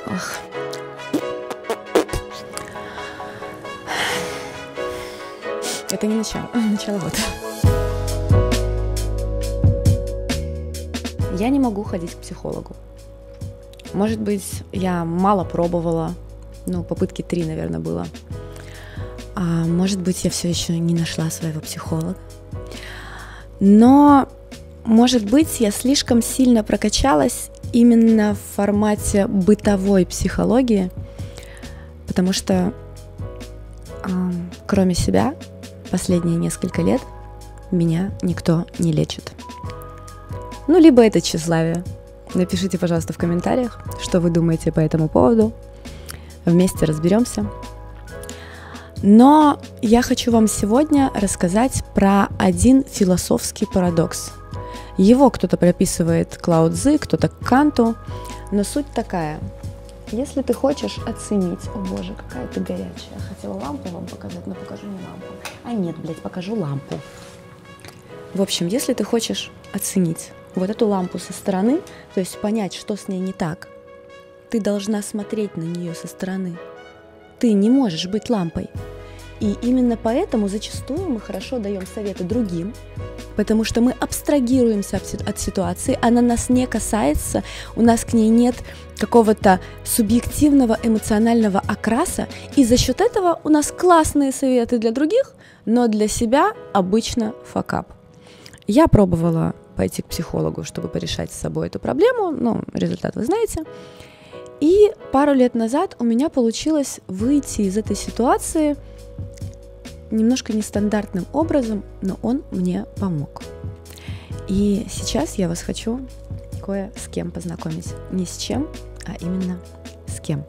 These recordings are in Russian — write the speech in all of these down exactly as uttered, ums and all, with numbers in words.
Ах. Это не начало, начало вот. Я не могу ходить к психологу. Может быть, я мало пробовала, ну, попытки три, наверное, было. А может быть, я все еще не нашла своего психолога. Но, может быть, я слишком сильно прокачалась именно в формате бытовой психологии, потому что, э, кроме себя, последние несколько лет меня никто не лечит. Ну, либо это тщеславие. Напишите, пожалуйста, в комментариях, что вы думаете по этому поводу. Вместе разберемся. Но я хочу вам сегодня рассказать про один философский парадокс. Его кто-то прописывает к Лао Цзы, кто-то к Канту, но суть такая. Если ты хочешь оценить... О боже, какая ты горячая. Я хотела лампу вам показать, но покажу не лампу. А нет, блядь, покажу лампу. В общем, если ты хочешь оценить вот эту лампу со стороны, то есть понять, что с ней не так, ты должна смотреть на нее со стороны. Ты не можешь быть лампой. И именно поэтому зачастую мы хорошо даем советы другим, потому что мы абстрагируемся от ситуации, она нас не касается, у нас к ней нет какого-то субъективного эмоционального окраса, и за счет этого у нас классные советы для других, но для себя обычно факап. Я пробовала пойти к психологу, чтобы порешать с собой эту проблему, но результат вы знаете. И пару лет назад у меня получилось выйти из этой ситуации немножко нестандартным образом, но он мне помог. И сейчас я вас хочу кое с кем познакомить. Не с чем, а именно с кем.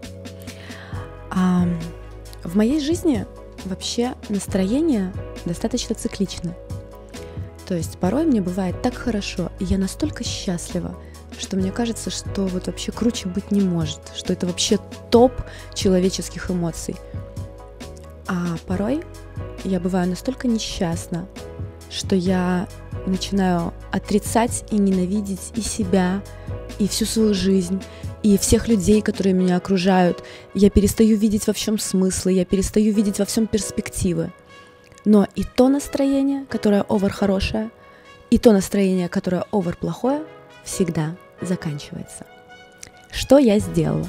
А в моей жизни вообще настроение достаточно циклично. То есть порой мне бывает так хорошо, и я настолько счастлива, что мне кажется, что вот вообще круче быть не может, что это вообще топ человеческих эмоций. А порой я бываю настолько несчастна, что я начинаю отрицать и ненавидеть и себя, и всю свою жизнь, и всех людей, которые меня окружают. Я перестаю видеть во всем смыслы, я перестаю видеть во всем перспективы. Но и то настроение, которое овер хорошее, и то настроение, которое овер плохое, всегда заканчивается. Что я сделала?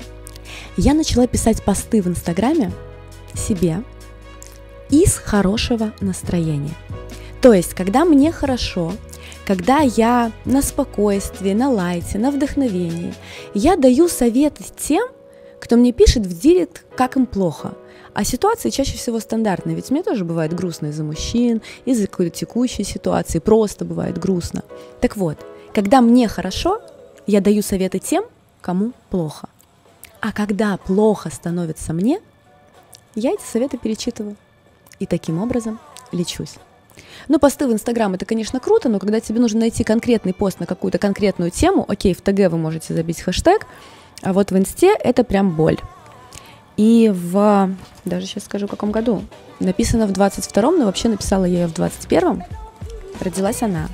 Я начала писать посты в Инстаграме себе из хорошего настроения. То есть, когда мне хорошо, когда я на спокойствии, на лайте, на вдохновении, я даю советы тем, кто мне пишет в директ, как им плохо. А ситуации чаще всего стандартные, ведь мне тоже бывает грустно из-за мужчин, из-за какой-то текущей ситуации, просто бывает грустно. Так вот, когда мне хорошо, я даю советы тем, кому плохо. А когда плохо становится мне, я эти советы перечитываю. И таким образом лечусь. Ну, посты в Инстаграм — это, конечно, круто, но когда тебе нужно найти конкретный пост на какую-то конкретную тему, окей, в ТГ вы можете забить хэштег, а вот в Инсте это прям боль. И в, даже сейчас скажу, в каком году, написано в двадцать втором, но вообще написала я ее в двадцать первом, родилась она,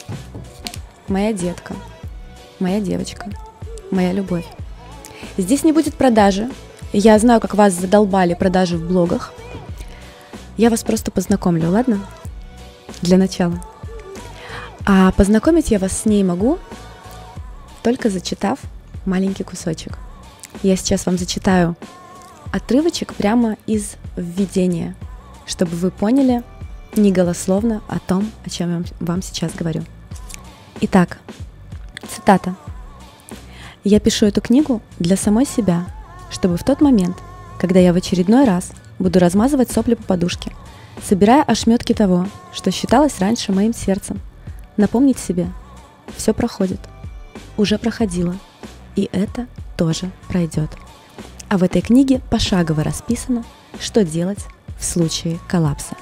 моя детка, моя девочка, моя любовь. Здесь не будет продажи, я знаю, как вас задолбали продажи в блогах, я вас просто познакомлю, ладно? Для начала. А познакомить я вас с ней могу, только зачитав маленький кусочек. Я сейчас вам зачитаю отрывочек прямо из введения, чтобы вы поняли неголословно о том, о чем я вам сейчас говорю. Итак, цитата. «Я пишу эту книгу для самой себя, чтобы в тот момент, когда я в очередной раз буду размазывать сопли по подушке, собирая ошметки того, что считалось раньше моим сердцем, напомнить себе, все проходит, уже проходило, и это тоже пройдет. А в этой книге пошагово расписано, что делать в случае коллапса.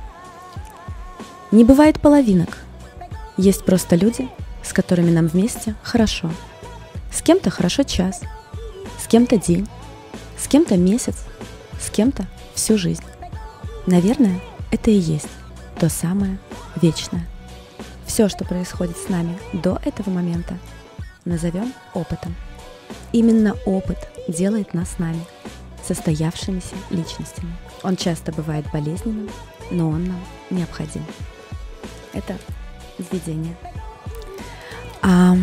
Не бывает половинок. Есть просто люди, с которыми нам вместе хорошо. С кем-то хорошо час, с кем-то день, с кем-то месяц, с кем-то всю жизнь. Наверное, это и есть то самое вечное. Все, что происходит с нами до этого момента, назовем опытом. Именно опыт делает нас нами, состоявшимися личностями. Он часто бывает болезненным, но он нам необходим. Это введение. А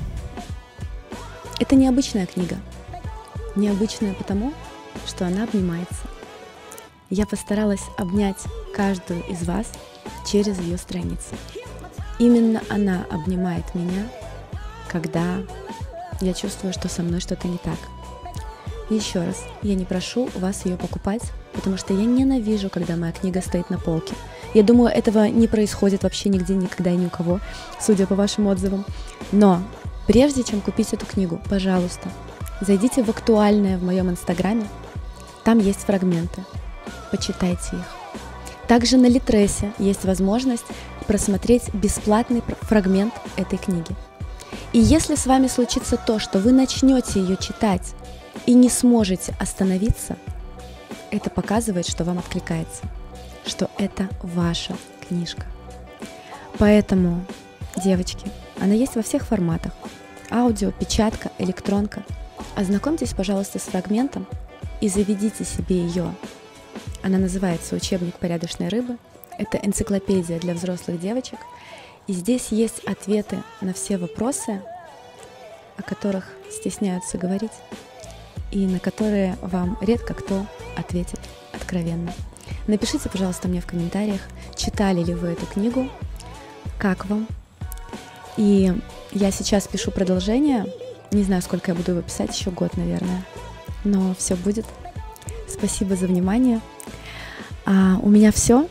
это необычная книга. Необычная потому, что она обнимается. Я постаралась обнять каждую из вас через ее страницы. Именно она обнимает меня, когда я чувствую, что со мной что-то не так. Еще раз, я не прошу вас ее покупать, потому что я ненавижу, когда моя книга стоит на полке. Я думаю, этого не происходит вообще нигде, никогда и ни у кого, судя по вашим отзывам. Но прежде чем купить эту книгу, пожалуйста, зайдите в актуальное в моем инстаграме, там есть фрагменты, почитайте их. Также на Литресе есть возможность просмотреть бесплатный фрагмент этой книги. И если с вами случится то, что вы начнете ее читать и не сможете остановиться, это показывает, что вам откликается, что это ваша книжка. Поэтому, девочки, она есть во всех форматах. Аудио, печатка, электронка. Ознакомьтесь, пожалуйста, с фрагментом и заведите себе ее. Она называется «Учебник порядочной рыбы». Это энциклопедия для взрослых девочек. И здесь есть ответы на все вопросы, о которых стесняются говорить, и на которые вам редко кто ответит откровенно. Напишите, пожалуйста, мне в комментариях, читали ли вы эту книгу, как вам. И я сейчас пишу продолжение. Не знаю, сколько я буду его писать, еще год, наверное. Но все будет. Спасибо за внимание. А, у меня все.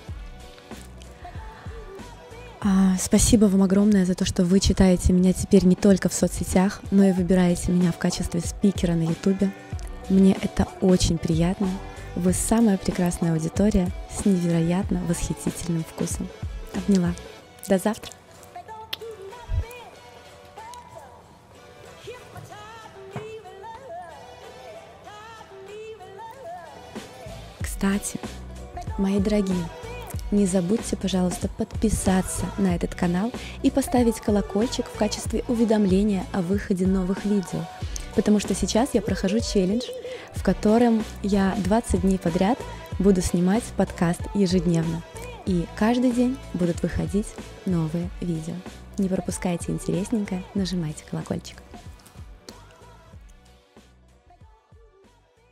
А, спасибо вам огромное за то, что вы читаете меня теперь не только в соцсетях, но и выбираете меня в качестве спикера на Ютубе. Мне это очень приятно. Вы самая прекрасная аудитория с невероятно восхитительным вкусом. Обняла. До завтра. Кстати, мои дорогие, не забудьте, пожалуйста, подписаться на этот канал и поставить колокольчик в качестве уведомления о выходе новых видео. Потому что сейчас я прохожу челлендж, в котором я двадцать дней подряд буду снимать подкаст ежедневно. И каждый день будут выходить новые видео. Не пропускайте интересненькое, нажимайте колокольчик.